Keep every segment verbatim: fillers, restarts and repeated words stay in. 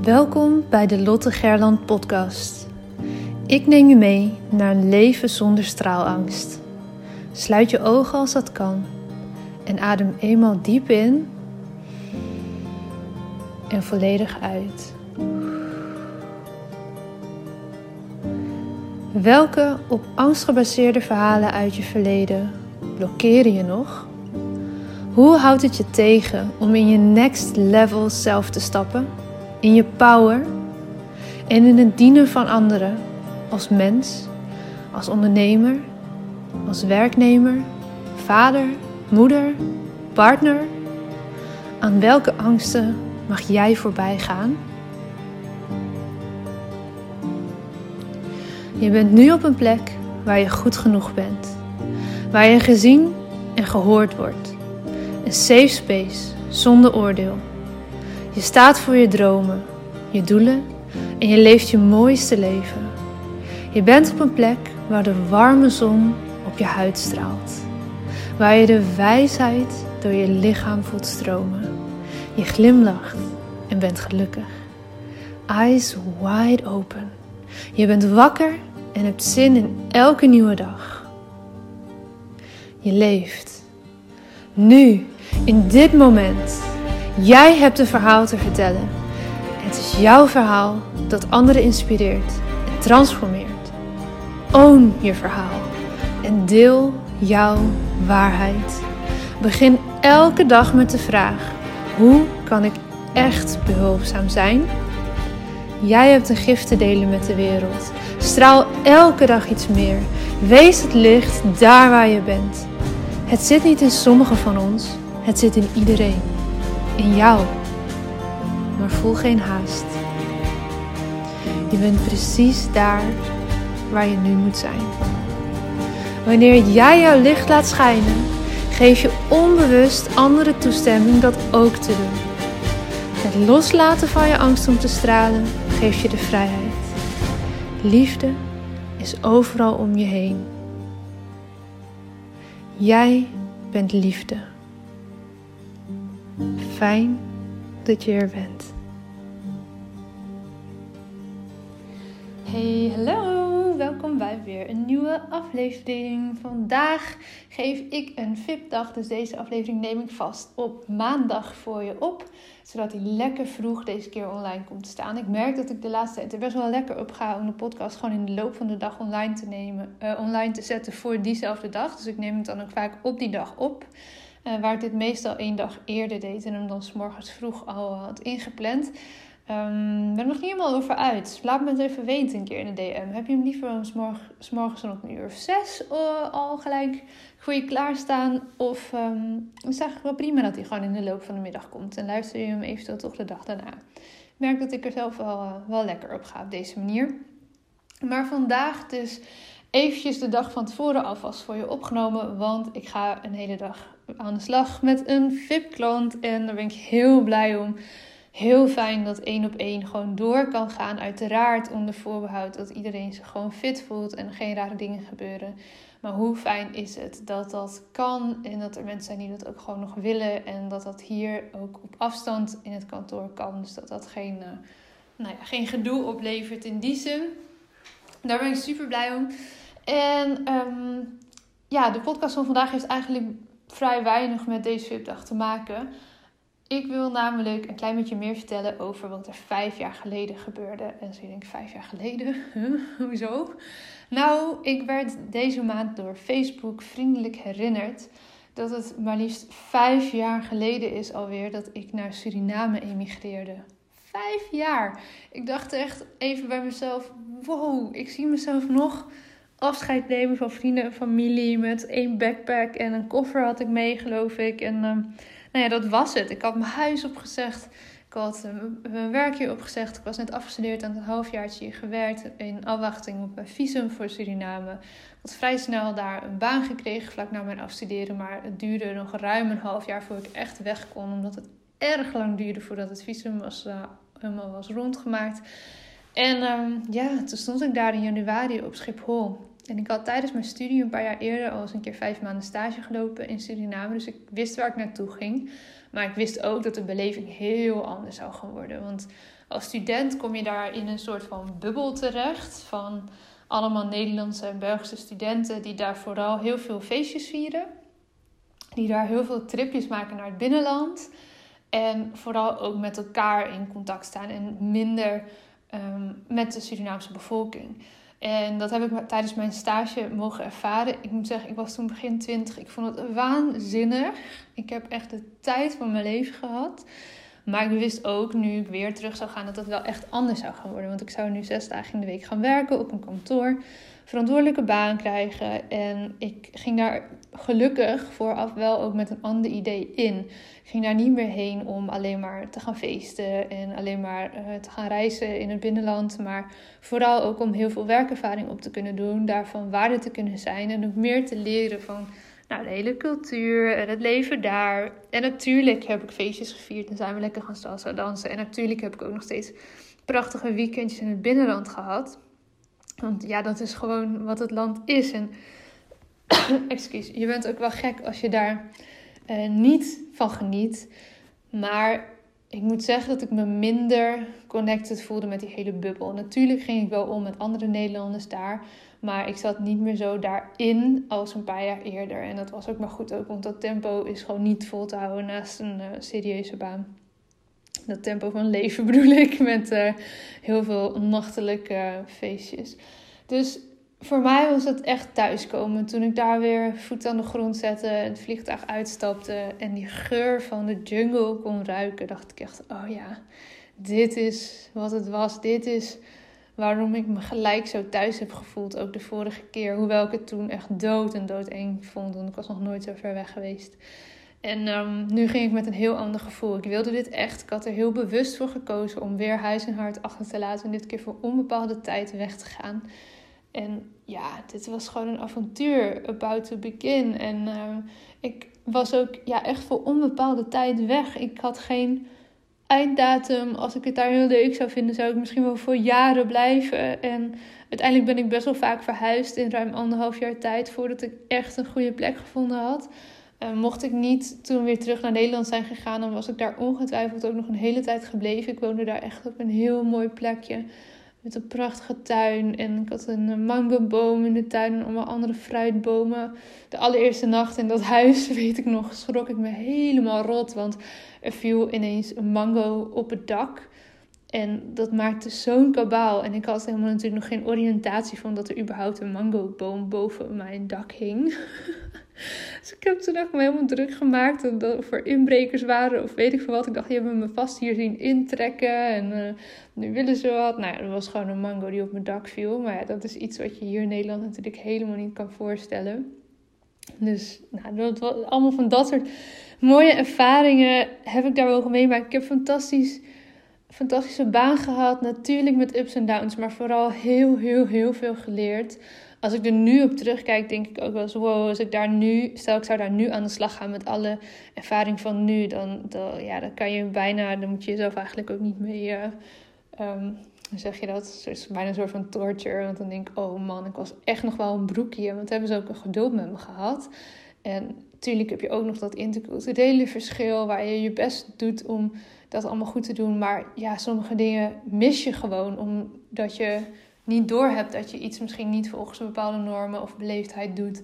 Welkom bij de Lotte Gerland podcast. Ik neem je mee naar een leven zonder straalangst. Sluit je ogen als dat kan en adem eenmaal diep in en volledig uit. Welke op angst gebaseerde verhalen uit je verleden blokkeren je nog? Hoe houdt het je tegen om in je next level zelf te stappen? In je power en in het dienen van anderen als mens, als ondernemer, als werknemer, vader, moeder, partner. Aan welke angsten mag jij voorbij gaan? Je bent nu op een plek waar je goed genoeg bent, waar je gezien en gehoord wordt. Een safe space zonder oordeel. Je staat voor je dromen, je doelen en je leeft je mooiste leven. Je bent op een plek waar de warme zon op je huid straalt. Waar je de wijsheid door je lichaam voelt stromen. Je glimlacht en bent gelukkig. Eyes wide open. Je bent wakker en hebt zin in elke nieuwe dag. Je leeft. Nu, in dit moment. Jij hebt een verhaal te vertellen. Het is jouw verhaal dat anderen inspireert en transformeert. Own je verhaal en deel jouw waarheid. Begin elke dag met de vraag: hoe kan ik echt behulpzaam zijn? Jij hebt een gift te delen met de wereld. Straal elke dag iets meer. Wees het licht daar waar je bent. Het zit niet in sommigen van ons, het zit in iedereen. In jou. Maar voel geen haast. Je bent precies daar waar je nu moet zijn. Wanneer jij jouw licht laat schijnen, geef je onbewust anderen toestemming dat ook te doen. Het loslaten van je angst om te stralen geeft je de vrijheid. Liefde is overal om je heen. Jij bent liefde. Fijn dat je er bent. Hey, hallo! Welkom bij weer een nieuwe aflevering. Vandaag geef ik een V I P-dag, dus deze aflevering neem ik vast op maandag voor je op. Zodat hij lekker vroeg deze keer online komt te staan. Ik merk dat ik de laatste tijd er best wel lekker op ga om de podcast gewoon in de loop van de dag online te, nemen, uh, online te zetten voor diezelfde dag. Dus ik neem het dan ook vaak op die dag op. Uh, waar ik dit meestal één dag eerder deed en hem dan 's morgens vroeg al had ingepland. Um, ben er nog niet helemaal over uit. Laat me het even weten een keer in de D M. Heb je hem liever om 's morgens, 's morgens rond een uur of zes uh, al gelijk voor je klaarstaan? Of um, is het eigenlijk wel prima dat hij gewoon in de loop van de middag komt. En luister je hem eventueel toch de dag daarna. Ik merk dat ik er zelf wel, uh, wel lekker op ga op deze manier. Maar vandaag dus eventjes de dag van tevoren alvast voor je opgenomen. Want ik ga een hele dag aan de slag met een V I P-klant. En daar ben ik heel blij om. Heel fijn dat één op één gewoon door kan gaan. Uiteraard onder voorbehoud dat iedereen zich gewoon fit voelt en geen rare dingen gebeuren. Maar hoe fijn is het dat dat kan en dat er mensen zijn die dat ook gewoon nog willen. En dat dat hier ook op afstand in het kantoor kan. Dus dat dat geen, uh, nou ja, geen gedoe oplevert in die zin. Daar ben ik super blij om. En um, ja, de podcast van vandaag heeft eigenlijk vrij weinig met deze V I P-dag te maken. Ik wil namelijk een klein beetje meer vertellen over wat er vijf jaar geleden gebeurde. En zo denk ik, vijf jaar geleden? Huh? Hoezo? Nou, ik werd deze maand door Facebook vriendelijk herinnerd dat het maar liefst vijf jaar geleden is alweer dat ik naar Suriname emigreerde. Vijf jaar! Ik dacht echt even bij mezelf, wow, ik zie mezelf nog afscheid nemen van vrienden en familie met één backpack en een koffer had ik mee, geloof ik. En uh, nou ja, dat was het. Ik had mijn huis opgezegd. Ik had uh, mijn werk hier opgezegd. Ik was net afgestudeerd aan het halfjaartje hier gewerkt in afwachting op mijn visum voor Suriname. Ik had vrij snel daar een baan gekregen vlak na mijn afstuderen. Maar het duurde nog ruim een half jaar voordat ik echt weg kon. Omdat het erg lang duurde voordat het visum was, uh, helemaal was rondgemaakt. En um, ja, toen stond ik daar in januari op Schiphol. En ik had tijdens mijn studie een paar jaar eerder al eens een keer vijf maanden stage gelopen in Suriname. Dus ik wist waar ik naartoe ging. Maar ik wist ook dat de beleving heel anders zou gaan worden. Want als student kom je daar in een soort van bubbel terecht van allemaal Nederlandse en Belgische studenten die daar vooral heel veel feestjes vieren. Die daar heel veel tripjes maken naar het binnenland. En vooral ook met elkaar in contact staan en minder um, met de Surinaamse bevolking. En dat heb ik tijdens mijn stage mogen ervaren. Ik moet zeggen, ik was toen begin twintig. Ik vond het waanzinnig. Ik heb echt de tijd van mijn leven gehad. Maar ik wist ook, nu ik weer terug zou gaan, dat het wel echt anders zou gaan worden. Want ik zou nu zes dagen in de week gaan werken op een kantoor. Verantwoordelijke baan krijgen. En ik ging daar gelukkig vooraf wel ook met een ander idee in. Ik ging daar niet meer heen om alleen maar te gaan feesten en alleen maar uh, te gaan reizen in het binnenland. Maar vooral ook om heel veel werkervaring op te kunnen doen. Daarvan waarde te kunnen zijn en ook meer te leren van nou, de hele cultuur en het leven daar. En natuurlijk heb ik feestjes gevierd en zijn we lekker gaan salsa dansen. En natuurlijk heb ik ook nog steeds prachtige weekendjes in het binnenland gehad. Want ja, dat is gewoon wat het land is. En excuus, je bent ook wel gek als je daar uh, niet van geniet. Maar ik moet zeggen dat ik me minder connected voelde met die hele bubbel. Natuurlijk ging ik wel om met andere Nederlanders daar. Maar ik zat niet meer zo daarin als een paar jaar eerder. En dat was ook maar goed ook, want dat tempo is gewoon niet vol te houden naast een uh, serieuze baan. Dat tempo van leven bedoel ik, met uh, heel veel nachtelijke uh, feestjes. Dus voor mij was het echt thuiskomen. Toen ik daar weer voet aan de grond zette, het vliegtuig uitstapte en die geur van de jungle kon ruiken, dacht ik echt, oh ja, dit is wat het was. Dit is waarom ik me gelijk zo thuis heb gevoeld, ook de vorige keer. Hoewel ik het toen echt dood en doodeng vond, want ik was nog nooit zo ver weg geweest. En um, nu ging ik met een heel ander gevoel. Ik wilde dit echt. Ik had er heel bewust voor gekozen om weer huis en hart achter te laten. En dit keer voor onbepaalde tijd weg te gaan. En ja, dit was gewoon een avontuur. About to begin. En uh, ik was ook ja, echt voor onbepaalde tijd weg. Ik had geen einddatum. Als ik het daar heel leuk zou vinden, zou ik misschien wel voor jaren blijven. En uiteindelijk ben ik best wel vaak verhuisd in ruim anderhalf jaar tijd, voordat ik echt een goede plek gevonden had. Uh, mocht ik niet toen weer terug naar Nederland zijn gegaan, dan was ik daar ongetwijfeld ook nog een hele tijd gebleven. Ik woonde daar echt op een heel mooi plekje met een prachtige tuin. En ik had een mangoboom in de tuin en allemaal andere fruitbomen. De allereerste nacht in dat huis, weet ik nog, schrok ik me helemaal rot. Want er viel ineens een mango op het dak. En dat maakte zo'n kabaal. En ik had helemaal natuurlijk nog geen oriëntatie van dat er überhaupt een mangoboom boven mijn dak hing. Dus ik heb toen echt me helemaal druk gemaakt dat er voor inbrekers waren of weet ik veel wat. Ik dacht, die hebben me vast hier zien intrekken en uh, nu willen ze wat. Nou ja, er was gewoon een mango die op mijn dak viel. Maar ja, dat is iets wat je hier in Nederland natuurlijk helemaal niet kan voorstellen. Dus nou, dat was allemaal van dat soort mooie ervaringen heb ik daar wel meegemaakt. Ik heb fantastisch, fantastische baan gehad. Natuurlijk met ups en downs, maar vooral heel, heel, heel veel geleerd. Als ik er nu op terugkijk, denk ik ook wel eens, wow, als ik daar nu, stel ik zou daar nu aan de slag gaan met alle ervaring van nu, dan, dan, ja, dan kan je bijna, dan moet je jezelf eigenlijk ook niet mee, uh, um, hoe zeg je dat? Het is bijna een soort van torture, want dan denk ik, oh man, ik was echt nog wel een broekje, want hebben ze ook een geduld met me gehad. En natuurlijk heb je ook nog dat interculturele verschil, waar je je best doet om dat allemaal goed te doen, maar ja, sommige dingen mis je gewoon, omdat je niet doorhebt dat je iets misschien niet volgens bepaalde normen of beleefdheid doet.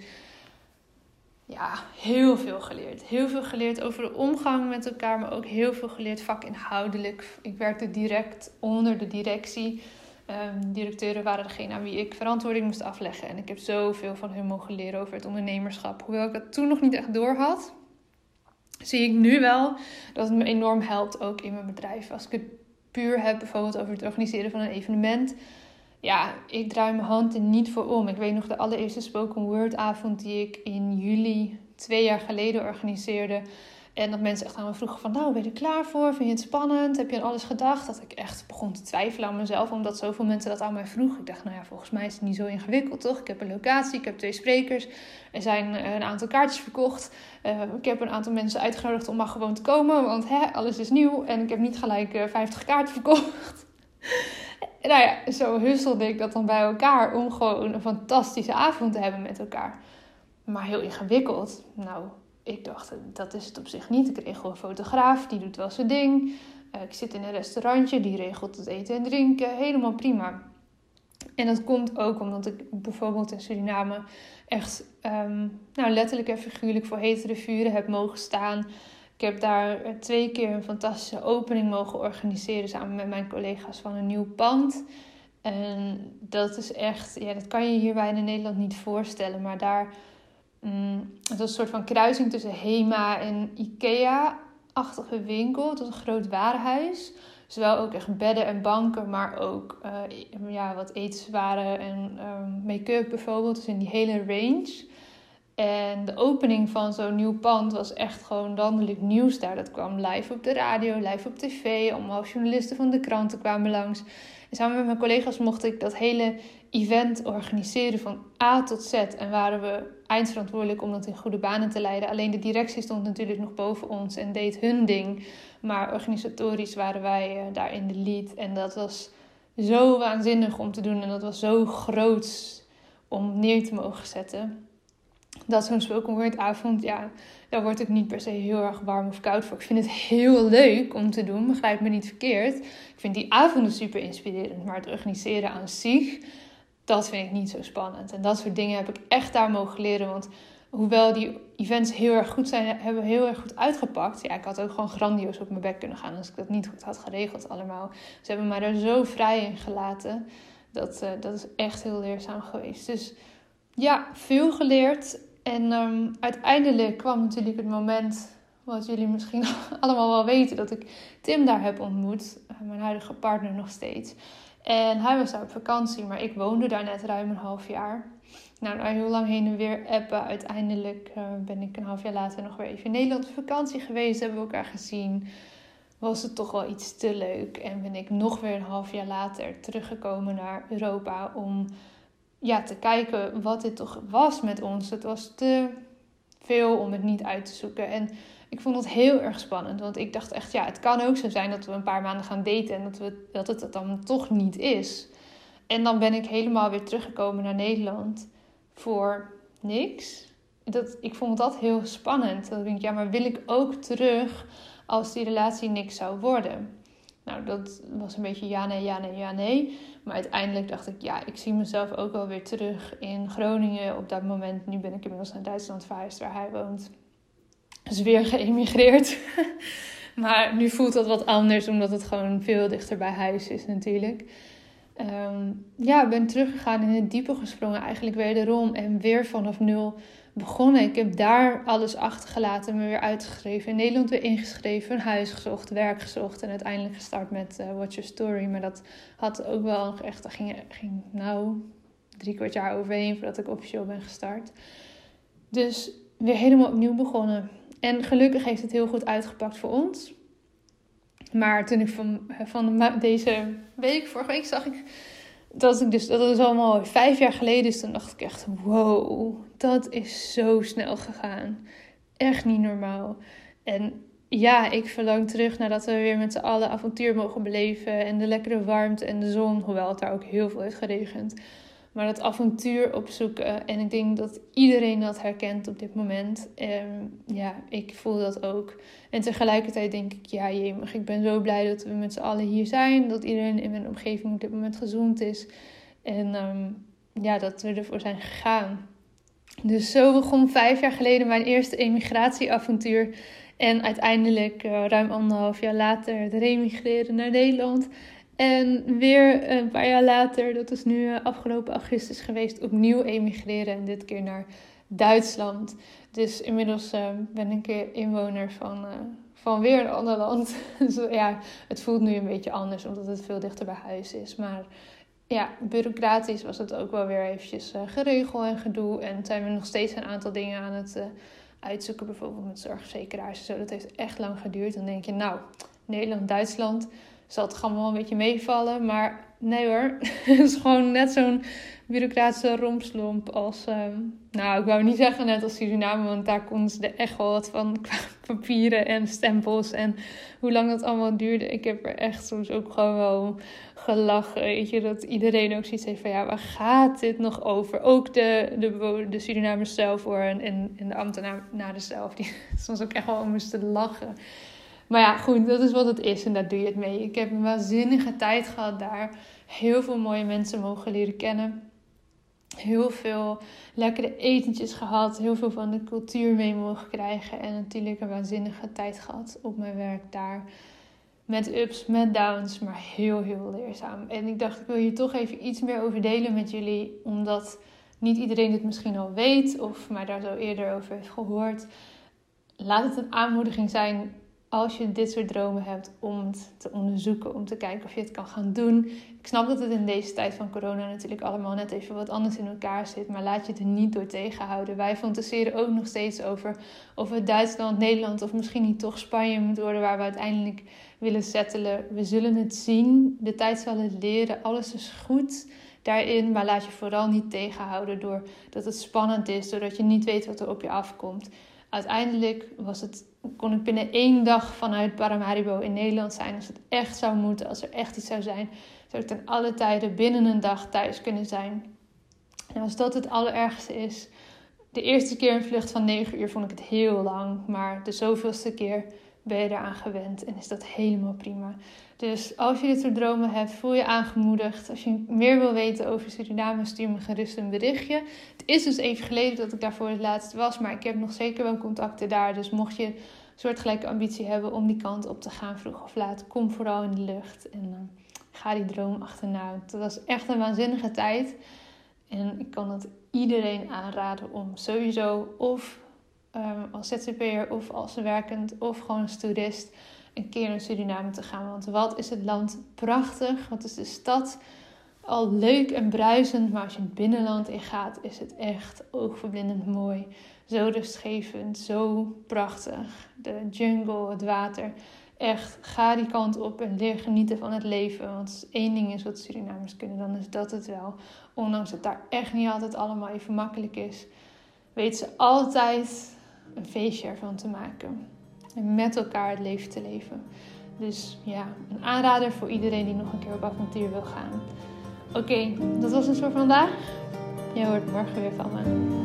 Ja, heel veel geleerd. Heel veel geleerd over de omgang met elkaar, maar ook heel veel geleerd vakinhoudelijk. Ik werkte direct onder de directie. Um, directeuren waren degene aan wie ik verantwoording moest afleggen. En ik heb zoveel van hun mogen leren over het ondernemerschap. Hoewel ik dat toen nog niet echt door had, zie ik nu wel dat het me enorm helpt, ook in mijn bedrijf. Als ik het puur heb, bijvoorbeeld over het organiseren van een evenement. Ja, ik draai mijn hand er niet voor om. Ik weet nog de allereerste spoken word avond die ik in juli twee jaar geleden organiseerde. En dat mensen echt aan me vroegen van, nou, ben je er klaar voor? Vind je het spannend? Heb je aan alles gedacht? Dat ik echt begon te twijfelen aan mezelf, omdat zoveel mensen dat aan mij vroegen. Ik dacht, nou ja, volgens mij is het niet zo ingewikkeld, toch? Ik heb een locatie, ik heb twee sprekers. Er zijn een aantal kaartjes verkocht. Uh, ik heb een aantal mensen uitgenodigd om maar gewoon te komen, want hè, alles is nieuw. En ik heb niet gelijk uh, vijftig kaarten verkocht. En nou ja, zo husselde ik dat dan bij elkaar om gewoon een fantastische avond te hebben met elkaar. Maar heel ingewikkeld. Nou, ik dacht, dat is het op zich niet. Ik regel een fotograaf, die doet wel zijn ding. Uh, ik zit in een restaurantje, die regelt het eten en drinken. Helemaal prima. En dat komt ook omdat ik bijvoorbeeld in Suriname echt um, nou, letterlijk en figuurlijk voor hetere vuren heb mogen staan. Ik heb daar twee keer een fantastische opening mogen organiseren samen met mijn collega's van een nieuw pand. En dat is echt, ja, dat kan je hierbij in Nederland niet voorstellen. Maar daar, um, het was een soort van kruising tussen HEMA en IKEA-achtige winkel. Het was een groot warenhuis. Zowel ook echt bedden en banken, maar ook uh, ja, wat etenswaren en um, make-up bijvoorbeeld. Dus in die hele range. En de opening van zo'n nieuw pand was echt gewoon landelijk nieuws daar. Dat kwam live op de radio, live op tv. Allemaal journalisten van de kranten kwamen langs. En samen met mijn collega's mocht ik dat hele event organiseren van A tot Z. En waren we eindverantwoordelijk om dat in goede banen te leiden. Alleen de directie stond natuurlijk nog boven ons en deed hun ding. Maar organisatorisch waren wij uh, daar in de lead. En dat was zo waanzinnig om te doen. En dat was zo groots om neer te mogen zetten. Dat zo'n spoken word avond, ja, daar word ik niet per se heel erg warm of koud voor. Ik vind het heel leuk om te doen, begrijp me niet verkeerd. Ik vind die avonden super inspirerend, maar het organiseren aan zich, dat vind ik niet zo spannend. En dat soort dingen heb ik echt daar mogen leren, want hoewel die events heel erg goed zijn, hebben heel erg goed uitgepakt. Ja, ik had ook gewoon grandioos op mijn bek kunnen gaan als ik dat niet goed had geregeld allemaal. Ze hebben mij er zo vrij in gelaten. Dat, uh, dat is echt heel leerzaam geweest. Dus ja, veel geleerd. En um, uiteindelijk kwam natuurlijk het moment, wat jullie misschien allemaal wel weten, dat ik Tim daar heb ontmoet. Uh, mijn huidige partner nog steeds. En hij was daar op vakantie, maar ik woonde daar net ruim een half jaar. Nou, nou heel lang heen en weer appen. Uiteindelijk uh, ben ik een half jaar later nog weer even in Nederland op vakantie geweest. Hebben we elkaar gezien. Was het toch wel iets te leuk. En ben ik nog weer een half jaar later teruggekomen naar Europa om ja, te kijken wat dit toch was met ons. Het was te veel om het niet uit te zoeken. En ik vond het heel erg spannend. Want ik dacht echt, ja, het kan ook zo zijn dat we een paar maanden gaan daten en dat, we, dat het het dan toch niet is. En dan ben ik helemaal weer teruggekomen naar Nederland voor niks. Dat, ik vond dat heel spannend. Dan denk ik, ja, maar wil ik ook terug als die relatie niks zou worden? Nou, dat was een beetje ja, nee, ja, nee, ja, nee. Maar uiteindelijk dacht ik, ja, ik zie mezelf ook wel weer terug in Groningen. Op dat moment, nu ben ik inmiddels naar Duitsland verhuisd waar hij woont. Dus weer geëmigreerd. Maar nu voelt dat wat anders, omdat het gewoon veel dichter bij huis is natuurlijk. Um, ja, ik ben teruggegaan in het diepe gesprongen, eigenlijk wederom. En weer vanaf nul begonnen. Ik heb daar alles achtergelaten, me weer uitgeschreven. In Nederland weer ingeschreven, een huis gezocht, werk gezocht. En uiteindelijk gestart met uh, What's Your Story. Maar dat had ook wel nog echt, daar ging, ging nou drie kwart jaar overheen voordat ik officieel ben gestart. Dus weer helemaal opnieuw begonnen. En gelukkig heeft het heel goed uitgepakt voor ons. Maar toen ik van, van deze week, vorige week, zag ik dat ik dus, dat het allemaal vijf jaar geleden is. Toen dacht ik echt, wow, dat is zo snel gegaan. Echt niet normaal. En ja, ik verlang terug naar dat we weer met z'n allen avontuur mogen beleven. En de lekkere warmte en de zon, hoewel het daar ook heel veel heeft geregend. Maar dat avontuur opzoeken. En ik denk dat iedereen dat herkent op dit moment. En ja, ik voel dat ook. En tegelijkertijd denk ik, ja jemig, ik ben zo blij dat we met z'n allen hier zijn. Dat iedereen in mijn omgeving op dit moment gezond is. En um, ja, dat we ervoor zijn gegaan. Dus zo begon vijf jaar geleden mijn eerste emigratieavontuur. En uiteindelijk, uh, ruim anderhalf jaar later, het remigreren naar Nederland. En weer een paar jaar later, dat is nu afgelopen augustus geweest, opnieuw emigreren. En dit keer naar Duitsland. Dus inmiddels uh, ben ik inwoner van, uh, van weer een ander land. Dus ja, het voelt nu een beetje anders, omdat het veel dichter bij huis is. Maar ja, bureaucratisch was het ook wel weer eventjes uh, geregeld en gedoe. En zijn we nog steeds een aantal dingen aan het uh, uitzoeken. Bijvoorbeeld met zorgverzekeraars en zo. Dat heeft echt lang geduurd. Dan denk je, nou, Nederland, Duitsland, zal het allemaal wel een beetje meevallen. Maar nee hoor, het is gewoon net zo'n bureaucratische rompslomp als... Um, nou, ik wou niet zeggen net als Suriname, want daar konden ze er echt wel wat van qua papieren en stempels en hoe lang dat allemaal duurde. Ik heb er echt soms ook gewoon wel gelachen, weet je, dat iedereen ook zoiets heeft van, ja, waar gaat dit nog over? Ook de, de, de Surinamers zelf hoor, en, en, en de ambtenaren zelf, die soms ook echt wel moesten lachen. Maar ja, goed, dat is wat het is en daar doe je het mee. Ik heb een waanzinnige tijd gehad daar. Heel veel mooie mensen mogen leren kennen. Heel veel lekkere etentjes gehad. Heel veel van de cultuur mee mogen krijgen. En natuurlijk een waanzinnige tijd gehad op mijn werk daar. Met ups, met downs, maar heel, heel leerzaam. En ik dacht, ik wil hier toch even iets meer over delen met jullie. Omdat niet iedereen dit misschien al weet of mij daar zo eerder over heeft gehoord. Laat het een aanmoediging zijn als je dit soort dromen hebt om het te onderzoeken. Om te kijken of je het kan gaan doen. Ik snap dat het in deze tijd van corona natuurlijk allemaal net even wat anders in elkaar zit. Maar laat je het er niet door tegenhouden. Wij fantaseren ook nog steeds over of het Duitsland, Nederland of misschien niet toch Spanje moet worden waar we uiteindelijk willen settelen. We zullen het zien. De tijd zal het leren. Alles is goed daarin. Maar laat je vooral niet tegenhouden door dat het spannend is. Doordat je niet weet wat er op je afkomt. Uiteindelijk was het, kon ik binnen één dag vanuit Paramaribo in Nederland zijn. Als het echt zou moeten, als er echt iets zou zijn, zou ik ten alle tijden binnen een dag thuis kunnen zijn. En als dat het allerergste is, de eerste keer een vlucht van negen uur vond ik het heel lang. Maar de zoveelste keer ben je eraan gewend en is dat helemaal prima. Dus als je dit soort dromen hebt, voel je aangemoedigd. Als je meer wil weten over Suriname, stuur me gerust een berichtje. Het is dus even geleden dat ik daar voor het laatst was, maar ik heb nog zeker wel contacten daar. Dus mocht je een soortgelijke ambitie hebben om die kant op te gaan, vroeg of laat, kom vooral in de lucht en uh, ga die droom achterna. Het was echt een waanzinnige tijd en ik kan het iedereen aanraden om sowieso of um, als Z Z P'er of als werkend of gewoon als toerist een keer naar Suriname te gaan. Want wat is het land prachtig, wat is de stad al leuk en bruisend, maar als je het binnenland in gaat, is het echt oogverblindend mooi. Zo rustgevend, zo prachtig. De jungle, het water. Echt, ga die kant op en leer genieten van het leven. Want als één ding is wat Surinamers kunnen, dan is dat het wel. Ondanks dat daar echt niet altijd allemaal even makkelijk is, weten ze altijd een feestje ervan te maken. En met elkaar het leven te leven. Dus ja, een aanrader voor iedereen die nog een keer op avontuur wil gaan. Oké, okay, dat was het voor vandaag. Je hoort morgen weer van me.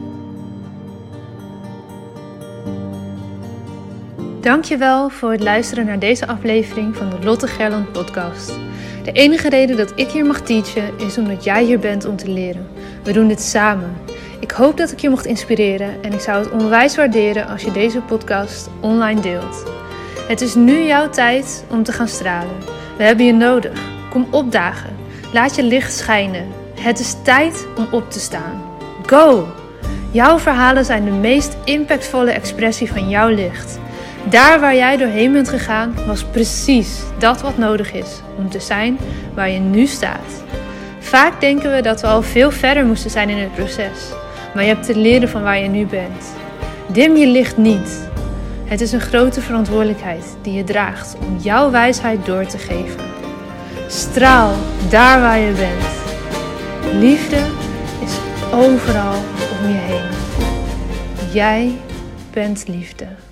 Dankjewel voor het luisteren naar deze aflevering van de Lotte Gerland podcast. De enige reden dat ik hier mag teachen is omdat jij hier bent om te leren. We doen dit samen. Ik hoop dat ik je mocht inspireren en ik zou het onwijs waarderen als je deze podcast online deelt. Het is nu jouw tijd om te gaan stralen. We hebben je nodig. Kom opdagen. Laat je licht schijnen. Het is tijd om op te staan. Go! Jouw verhalen zijn de meest impactvolle expressie van jouw licht. Daar waar jij doorheen bent gegaan, was precies dat wat nodig is om te zijn waar je nu staat. Vaak denken we dat we al veel verder moesten zijn in het proces. Maar je hebt te leren van waar je nu bent. Dim je licht niet. Het is een grote verantwoordelijkheid die je draagt om jouw wijsheid door te geven. Straal daar waar je bent. Liefde is overal om je heen. Jij bent liefde.